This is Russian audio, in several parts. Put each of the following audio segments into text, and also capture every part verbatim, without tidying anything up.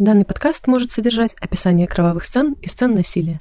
Данный подкаст может содержать описание кровавых сцен и сцен насилия.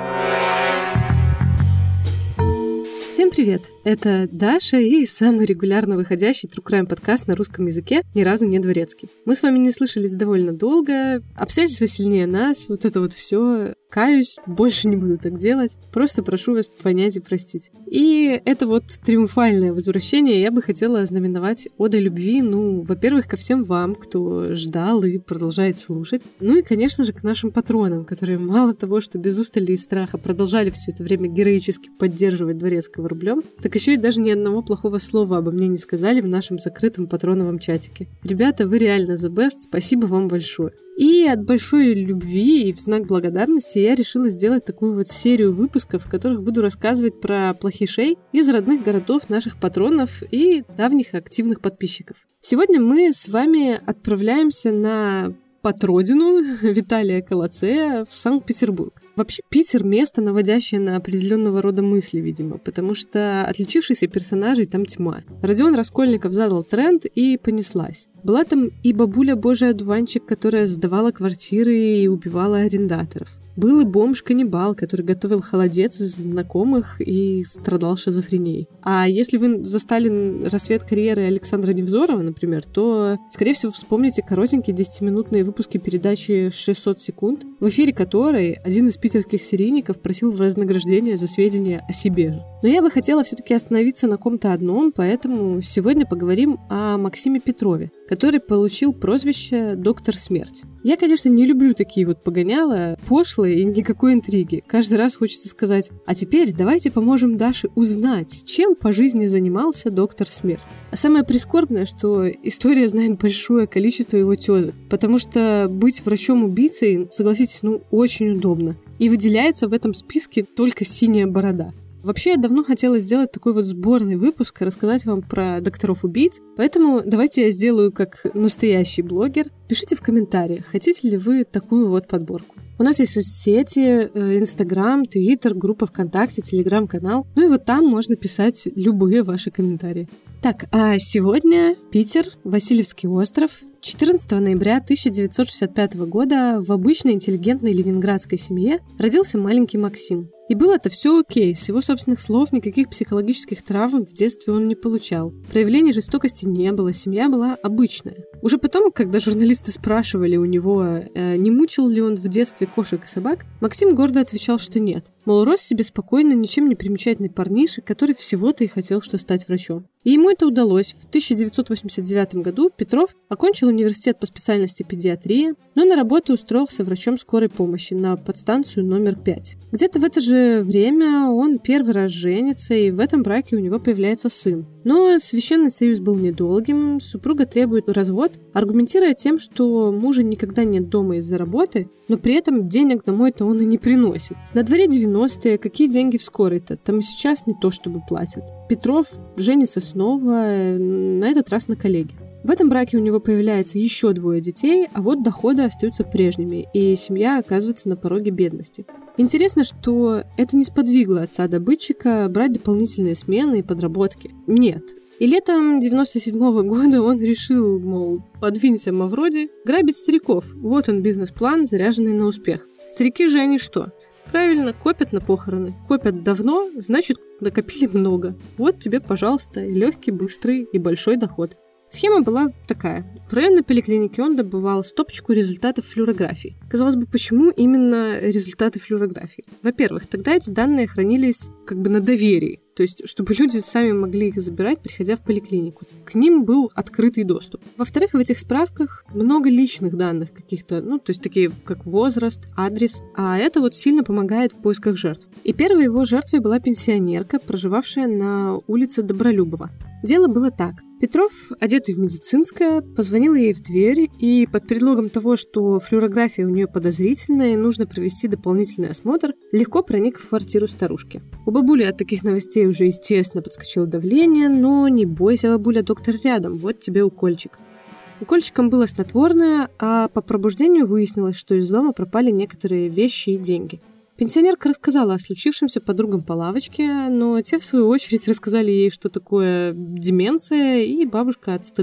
Всем привет! Это Даша и самый регулярно выходящий True Crime подкаст на русском языке «Ни разу не дворецкий». Мы с вами не слышались довольно долго, обстоятельства сильнее нас, вот это вот все. Каюсь, больше не буду так делать, просто прошу вас понять и простить. И это вот триумфальное возвращение я бы хотела ознаменовать одой любви, ну, во-первых, ко всем вам, кто ждал и продолжает слушать, ну и, конечно же, к нашим патронам, которые мало того, что без устали и страха продолжали все это время героически поддерживать Дворецкого рублем, так еще и даже ни одного плохого слова обо мне не сказали в нашем закрытом патроновом чатике. Ребята, вы реально the best, спасибо вам большое. И от большой любви и в знак благодарности я решила сделать такую вот серию выпусков, в которых буду рассказывать про плохишей из родных городов наших патронов и давних активных подписчиков. Сегодня мы с вами отправляемся на подродину Виталия Колоцея в Санкт-Петербург. Вообще, Питер — место, наводящее на определенного рода мысли, видимо, потому что отличившихся персонажей там тьма. Родион Раскольников задал тренд, и понеслась. Была там и бабуля Божий одуванчик, которая сдавала квартиры и убивала арендаторов. Был и бомж-каннибал, который готовил холодец из знакомых и страдал шизофренией. А если вы застали рассвет карьеры Александра Невзорова, например, то, скорее всего, вспомните коротенькие десятиминутные выпуски передачи шестьсот секунд, в эфире которой один из питерских серийников просил вознаграждения за сведения о себе же. Но я бы хотела все-таки остановиться на ком-то одном, поэтому сегодня поговорим о Максиме Петрове, который получил прозвище «Доктор Смерть». Я, конечно, не люблю такие вот погоняла, пошлые и никакой интриги. Каждый раз хочется сказать: а теперь давайте поможем Даше узнать, чем по жизни занимался Доктор Смерть. А самое прискорбное, что история знает большое количество его тёзок, потому что быть врачом-убийцей, согласитесь, ну очень удобно. И выделяется в этом списке только синяя борода. Вообще, я давно хотела сделать такой вот сборный выпуск и рассказать вам про докторов-убийц, поэтому давайте я сделаю как настоящий блогер. Пишите в комментариях, хотите ли вы такую вот подборку. У нас есть соцсети, Инстаграм, Твиттер, группа ВКонтакте, Телеграм-канал. Ну и вот там можно писать любые ваши комментарии. Так, а сегодня Питер, Васильевский остров, четырнадцатого ноября тысяча девятьсот шестьдесят пятого года в обычной интеллигентной ленинградской семье родился маленький Максим. И было это все окей, с его собственных слов никаких психологических травм в детстве он не получал. Проявлений жестокости не было, семья была обычная. Уже потом, когда журналисты спрашивали у него, э, не мучил ли он в детстве кошек и собак, Максим гордо отвечал, что нет. Мол, рос себе спокойно, ничем не примечательный парнишек, который всего-то и хотел что стать врачом. И ему это удалось. В тысяча девятьсот восемьдесят девятом году Петров окончил университет по специальности педиатрия, но на работу устроился врачом скорой помощи на подстанцию номер пять. Где-то в это же время он первый раз женится, и в этом браке у него появляется сын. Но священный союз был недолгим, супруга требует развод, аргументируя тем, что мужа никогда нет дома из-за работы, но при этом денег домой-то он и не приносит. На дворе девяностые, какие деньги в скорой-то? Там и сейчас не то чтобы платят. Петров женится снова, на этот раз на коллеге. В этом браке у него появляется еще двое детей, а вот доходы остаются прежними, и семья оказывается на пороге бедности. Интересно, что это не сподвигло отца-добытчика брать дополнительные смены и подработки. Нет. И летом девяносто седьмого года он решил, мол, подвинься, Мавроди, грабить стариков. Вот он бизнес-план, заряженный на успех. Старики же они что? Правильно, копят на похороны. Копят давно, значит, накопили много. Вот тебе, пожалуйста, и легкий, быстрый и большой доход. Схема была такая. В районной поликлинике он добывал стопочку результатов флюорографии. Казалось бы, почему именно результаты флюорографии? Во-первых, тогда эти данные хранились как бы на доверии. То есть, чтобы люди сами могли их забирать, приходя в поликлинику. К ним был открытый доступ. Во-вторых, в этих справках много личных данных каких-то, ну, то есть такие как возраст, адрес, а это вот сильно помогает в поисках жертв. И первой его жертвой была пенсионерка, проживавшая на улице Добролюбова. Дело было так. Петров, одетый в медицинское, позвонил ей в дверь и под предлогом того, что флюорография у нее подозрительная и нужно провести дополнительный осмотр, легко проник в квартиру старушки. У бабули от таких новостей уже, естественно, подскочило давление, но не бойся, бабуля, доктор рядом, вот тебе укольчик. Укольчиком было снотворное, а по пробуждению выяснилось, что из дома пропали некоторые вещи и деньги. Пенсионерка рассказала о случившемся подругам по лавочке, но те, в свою очередь, рассказали ей, что такое деменция, и бабушка от стыда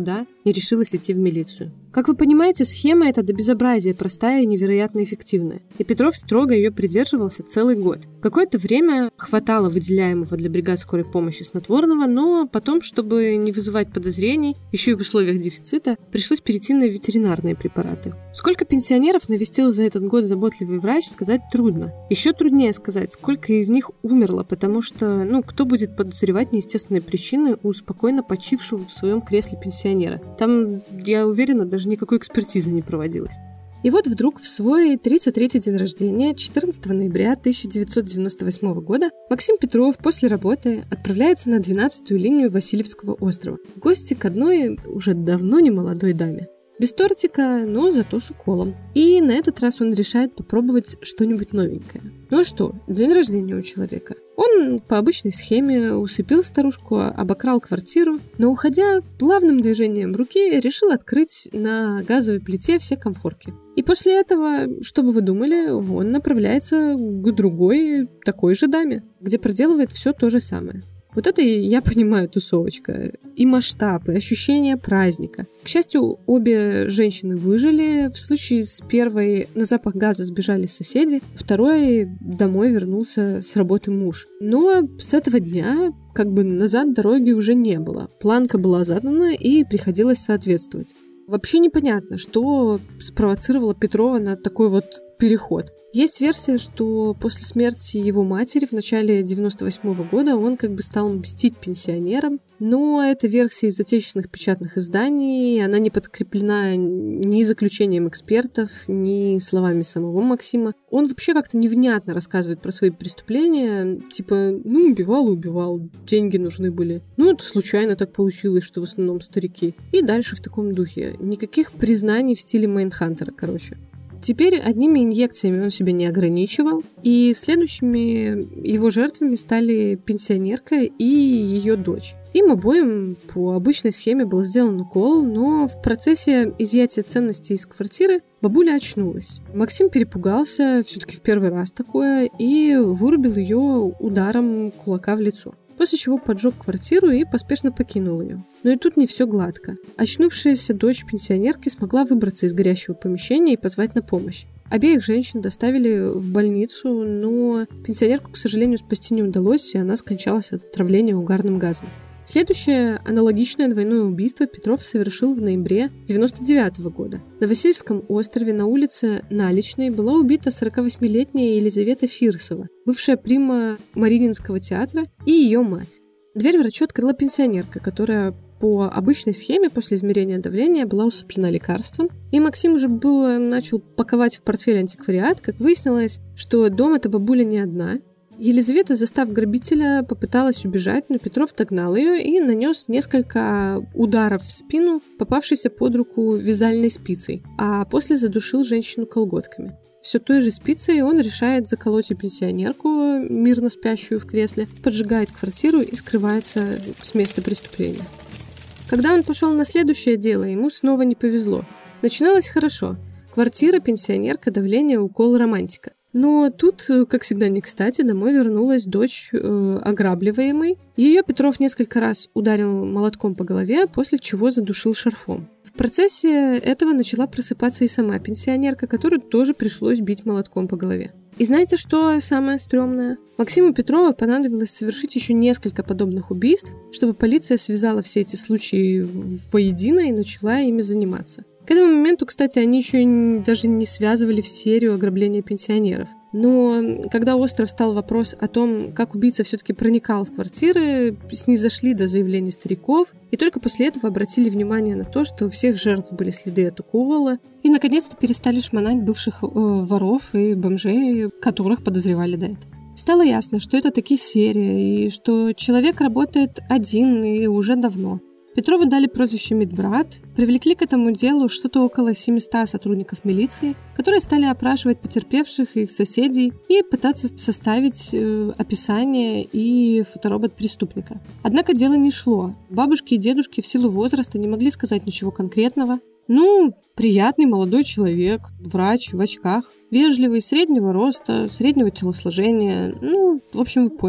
не решилась идти в милицию. Как вы понимаете, схема эта до безобразия простая и невероятно эффективная. И Петров строго ее придерживался целый год. Какое-то время хватало выделяемого для бригад скорой помощи снотворного, но потом, чтобы не вызывать подозрений, еще и в условиях дефицита, пришлось перейти на ветеринарные препараты. Сколько пенсионеров навестил за этот год заботливый врач, сказать трудно. Еще труднее сказать, сколько из них умерло, потому что, ну, кто будет подозревать неестественные причины у спокойно почившего в своем кресле пенсионера. Там, я уверена, даже никакой экспертизы не проводилось. И вот вдруг в свой тридцать третий день рождения, четырнадцатого ноября тысяча девятьсот девяносто восьмого года, Максим Петров после работы отправляется на двенадцатую линию Васильевского острова в гости к одной уже давно не молодой даме. Без тортика, но зато с уколом. И на этот раз он решает попробовать что-нибудь новенькое. Ну а что, день рождения у человека. Он по обычной схеме усыпил старушку, обокрал квартиру, но, уходя плавным движением руки, решил открыть на газовой плите все конфорки. И после этого, что бы вы думали, он направляется к другой такой же даме, где проделывает все то же самое. Вот это, я понимаю, тусовочка. И масштаб, и ощущение праздника. К счастью, обе женщины выжили. В случае с первой на запах газа сбежали соседи, второй домой вернулся с работы муж. Но с этого дня как бы назад дороги уже не было. Планка была задана, и приходилось соответствовать. Вообще непонятно, что спровоцировало Петрова на такой вот переход. Есть версия, что после смерти его матери в начале девяносто восьмого года он как бы стал мстить пенсионерам, но эта версия из отечественных печатных изданий, она не подкреплена ни заключением экспертов, ни словами самого Максима. Он вообще как-то невнятно рассказывает про свои преступления, типа, ну, убивал и убивал, деньги нужны были. Ну, это случайно так получилось, что в основном старики. И дальше в таком духе. Никаких признаний в стиле Майндхантера, короче. Теперь одними инъекциями он себя не ограничивал, и следующими его жертвами стали пенсионерка и ее дочь. Им обоим по обычной схеме был сделан укол, но в процессе изъятия ценностей из квартиры бабуля очнулась. Максим перепугался, все-таки в первый раз такое, и вырубил ее ударом кулака в лицо. После чего поджег квартиру и поспешно покинул ее. Но и тут не все гладко. Очнувшаяся дочь пенсионерки смогла выбраться из горящего помещения и позвать на помощь. Обеих женщин доставили в больницу, но пенсионерку, к сожалению, спасти не удалось, и она скончалась от отравления угарным газом. Следующее аналогичное двойное убийство Петров совершил в ноябре девяносто девятого года. На Васильевском острове на улице Наличной была убита сорокавосьмилетняя Елизавета Фирсова, бывшая прима Мариинского театра, и ее мать. Дверь врачу открыла пенсионерка, которая по обычной схеме после измерения давления была усыплена лекарством, и Максим уже было начал паковать в портфель антиквариат, как выяснилось, что дома эта бабуля не одна. Елизавета, застав грабителя, попыталась убежать, но Петров догнал ее и нанес несколько ударов в спину, попавшейся под руку вязальной спицей, а после задушил женщину колготками. Все той же спицей он решает заколоть и пенсионерку, мирно спящую в кресле, поджигает квартиру и скрывается с места преступления. Когда он пошел на следующее дело, ему снова не повезло. Начиналось хорошо. Квартира, пенсионерка, давление, укол, романтика. Но тут, как всегда не кстати, домой вернулась дочь э, ограбливаемой. Ее Петров несколько раз ударил молотком по голове, после чего задушил шарфом. В процессе этого начала просыпаться и сама пенсионерка, которую тоже пришлось бить молотком по голове. И знаете, что самое стрёмное? Максиму Петрову понадобилось совершить еще несколько подобных убийств, чтобы полиция связала все эти случаи воедино и начала ими заниматься. К этому моменту, кстати, они еще даже не связывали в серию ограбления пенсионеров. Но когда остро встал вопрос о том, как убийца все-таки проникал в квартиры, снизошли до заявлений стариков, и только после этого обратили внимание на то, что у всех жертв были следы от укола, и наконец-то перестали шмонать бывших э, воров и бомжей, которых подозревали до этого. Стало ясно, что это таки серия, и что человек работает один и уже давно. Петрову дали прозвище «Медбрат», привлекли к этому делу что-то около семисот сотрудников милиции, которые стали опрашивать потерпевших и их соседей и пытаться составить э, описание и фоторобот преступника. Однако дело не шло. Бабушки и дедушки в силу возраста не могли сказать ничего конкретного. Ну, приятный молодой человек, врач в очках, вежливый, среднего роста, среднего телосложения, ну, в общем, вы поняли.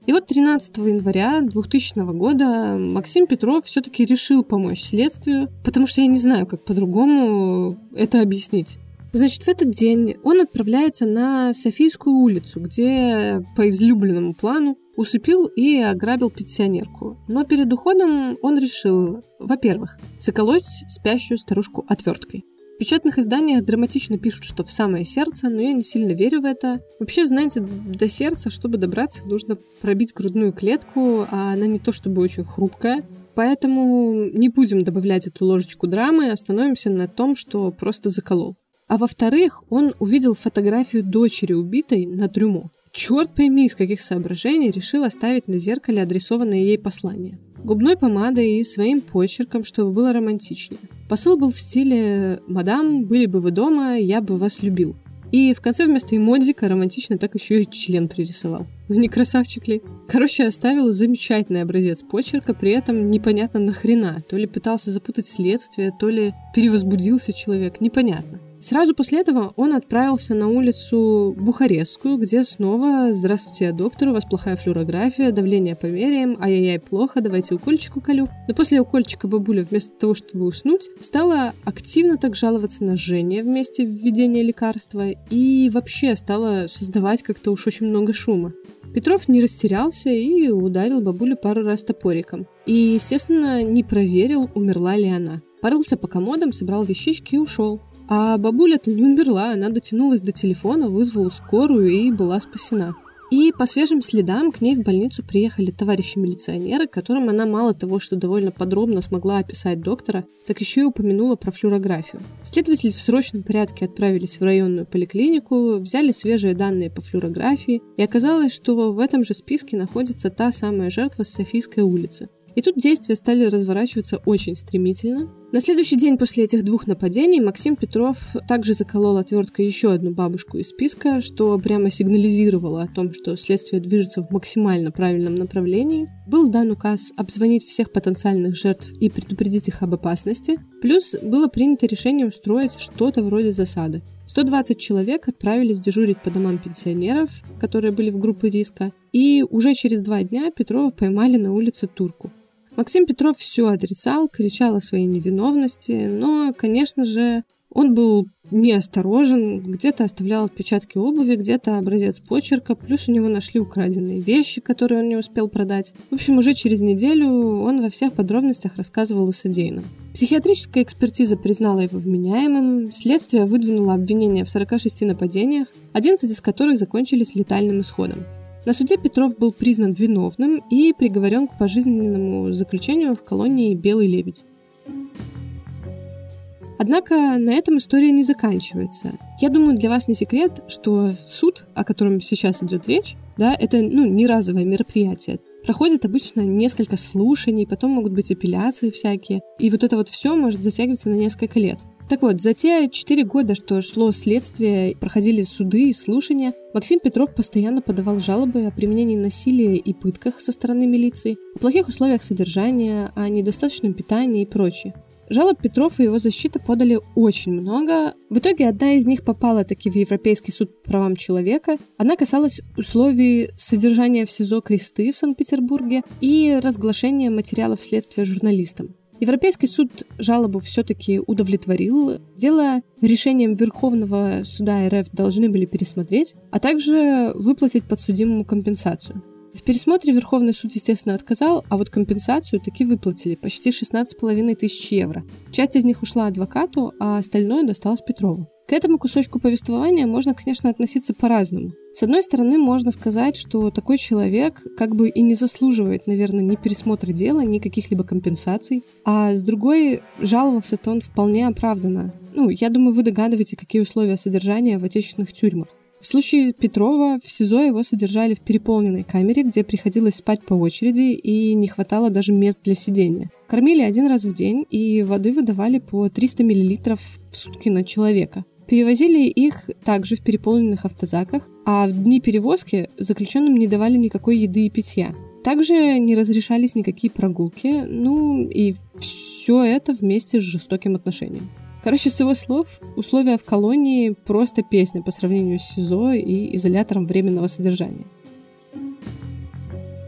И вот тринадцатого января двухтысячного года Максим Петров все-таки решил помочь следствию, потому что я не знаю, как по-другому это объяснить. Значит, в этот день он отправляется на Софийскую улицу, где по излюбленному плану усыпил и ограбил пенсионерку. Но перед уходом он решил, во-первых, заколоть спящую старушку отверткой. В печатных изданиях драматично пишут, что в самое сердце, но я не сильно верю в это. Вообще, знаете, до сердца, чтобы добраться, нужно пробить грудную клетку, а она не то чтобы очень хрупкая. Поэтому не будем добавлять эту ложечку драмы, остановимся на том, что просто заколол. А во-вторых, он увидел фотографию дочери убитой на трюмо. Черт пойми, из каких соображений решил оставить на зеркале адресованное ей послание. Губной помадой и своим почерком, чтобы было романтичнее. Посыл был в стиле «Мадам, были бы вы дома, я бы вас любил». И в конце вместо эмодзика романтично так еще и член пририсовал. Ну не красавчик ли? Короче, оставил замечательный образец почерка, при этом непонятно нахрена. То ли пытался запутать следствие, то ли перевозбудился человек, непонятно. Сразу после этого он отправился на улицу Бухарестскую, где снова «Здравствуйте, я доктор, у вас плохая флюорография, давление померяем, ай-яй-яй, плохо, давайте укольчик уколю». Но после укольчика бабуля вместо того, чтобы уснуть, стала активно так жаловаться на жжение в месте введения лекарства и вообще стала создавать как-то уж очень много шума. Петров не растерялся и ударил бабулю пару раз топориком. И, естественно, не проверил, умерла ли она. Порылся по комодам, собрал вещички и ушел. А бабуля-то не умерла, она дотянулась до телефона, вызвала скорую и была спасена. И по свежим следам к ней в больницу приехали товарищи-милиционеры, которым она мало того, что довольно подробно смогла описать доктора, так еще и упомянула про флюорографию. Следователи в срочном порядке отправились в районную поликлинику, взяли свежие данные по флюорографии, и оказалось, что в этом же списке находится та самая жертва с Софийской улицы. И тут действия стали разворачиваться очень стремительно. На следующий день после этих двух нападений Максим Петров также заколол отверткой еще одну бабушку из списка, что прямо сигнализировало о том, что следствие движется в максимально правильном направлении. Был дан указ обзвонить всех потенциальных жертв и предупредить их об опасности. Плюс было принято решение устроить что-то вроде засады. сто двадцать человек отправились дежурить по домам пенсионеров, которые были в группе риска, и уже через два дня Петрова поймали на улице Турку. Максим Петров все отрицал, кричал о своей невиновности, но, конечно же, он был неосторожен, где-то оставлял отпечатки обуви, где-то образец почерка, плюс у него нашли украденные вещи, которые он не успел продать. В общем, уже через неделю он во всех подробностях рассказывал о содеянном. Психиатрическая экспертиза признала его вменяемым, следствие выдвинуло обвинения в сорока шести нападениях, одиннадцать из которых закончились летальным исходом. На суде Петров был признан виновным и приговорен к пожизненному заключению в колонии «Белый лебедь». Однако на этом история не заканчивается. Я думаю, для вас не секрет, что суд, о котором сейчас идет речь, да, это ну, не разовое мероприятие. Проходит обычно несколько слушаний, потом могут быть апелляции всякие. И вот это вот все может затягиваться на несколько лет. Так вот, за те четыре года, что шло следствие, проходили суды и слушания, Максим Петров постоянно подавал жалобы о применении насилия и пытках со стороны милиции, о плохих условиях содержания, о недостаточном питании и прочее. Жалоб Петров и его защита подали очень много. В итоге одна из них попала таки в Европейский суд по правам человека. Она касалась условий содержания в СИЗО «Кресты» в Санкт-Петербурге и разглашения материалов следствия журналистам. Европейский суд жалобу все-таки удовлетворил. Дело решением Верховного суда РФ должны были пересмотреть, а также выплатить подсудимому компенсацию. В пересмотре Верховный суд, естественно, отказал, а вот компенсацию таки выплатили, почти шестнадцать с половиной тысяч евро. Часть из них ушла адвокату, а остальное досталось Петрову. К этому кусочку повествования можно, конечно, относиться по-разному. С одной стороны, можно сказать, что такой человек как бы и не заслуживает, наверное, ни пересмотра дела, ни каких-либо компенсаций, а с другой, жаловался-то он вполне оправданно. Ну, я думаю, вы догадываетесь, какие условия содержания в отечественных тюрьмах. В случае Петрова в СИЗО его содержали в переполненной камере, где приходилось спать по очереди и не хватало даже мест для сидения. Кормили один раз в день и воды выдавали по триста миллилитров в сутки на человека. Перевозили их также в переполненных автозаках, а в дни перевозки заключенным не давали никакой еды и питья. Также не разрешались никакие прогулки, ну и все это вместе с жестоким отношением. Короче, с его слов, условия в колонии просто песня по сравнению с СИЗО и изолятором временного содержания.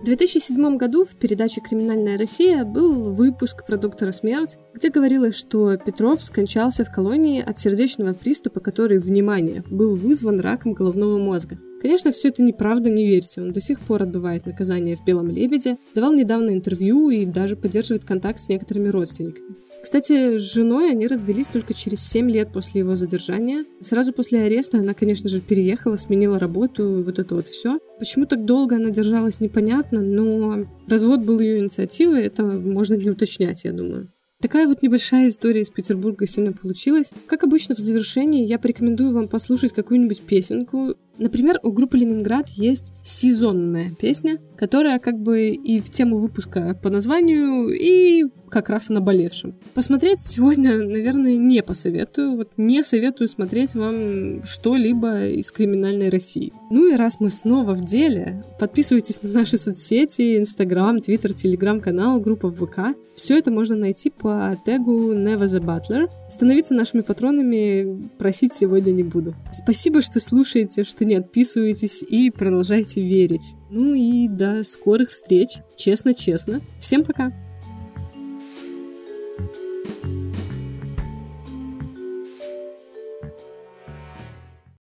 В две тысячи седьмом году в передаче «Криминальная Россия» был выпуск про доктора Смерть, где говорилось, что Петров скончался в колонии от сердечного приступа, который, внимание, был вызван раком головного мозга. Конечно, все это неправда, не верьте, он до сих пор отбывает наказание в «Белом лебеде», давал недавно интервью и даже поддерживает контакт с некоторыми родственниками. Кстати, с женой они развелись только через семь лет после его задержания. Сразу после ареста она, конечно же, переехала, сменила работу, вот это вот все. Почему так долго она держалась, непонятно, но развод был ее инициативой, это можно не уточнять, я думаю. Такая вот небольшая история из Петербурга сегодня получилась. Как обычно, в завершении я порекомендую вам послушать какую-нибудь песенку. Например, у группы «Ленинград» есть сезонная песня, которая как бы и в тему выпуска по названию, и как раз о наболевшем. Посмотреть сегодня, наверное, не посоветую. Вот не советую смотреть вам что-либо из «Криминальной России». Ну и раз мы снова в деле, подписывайтесь на наши соцсети, Инстаграм, Твиттер, Телеграм-канал, группа в ВК. Все это можно найти по тегу Never the Butler. Становиться нашими патронами просить сегодня не буду. Спасибо, что слушаете, что не отписываетесь и продолжайте верить. Ну и до скорых встреч. Честно-честно. Всем пока!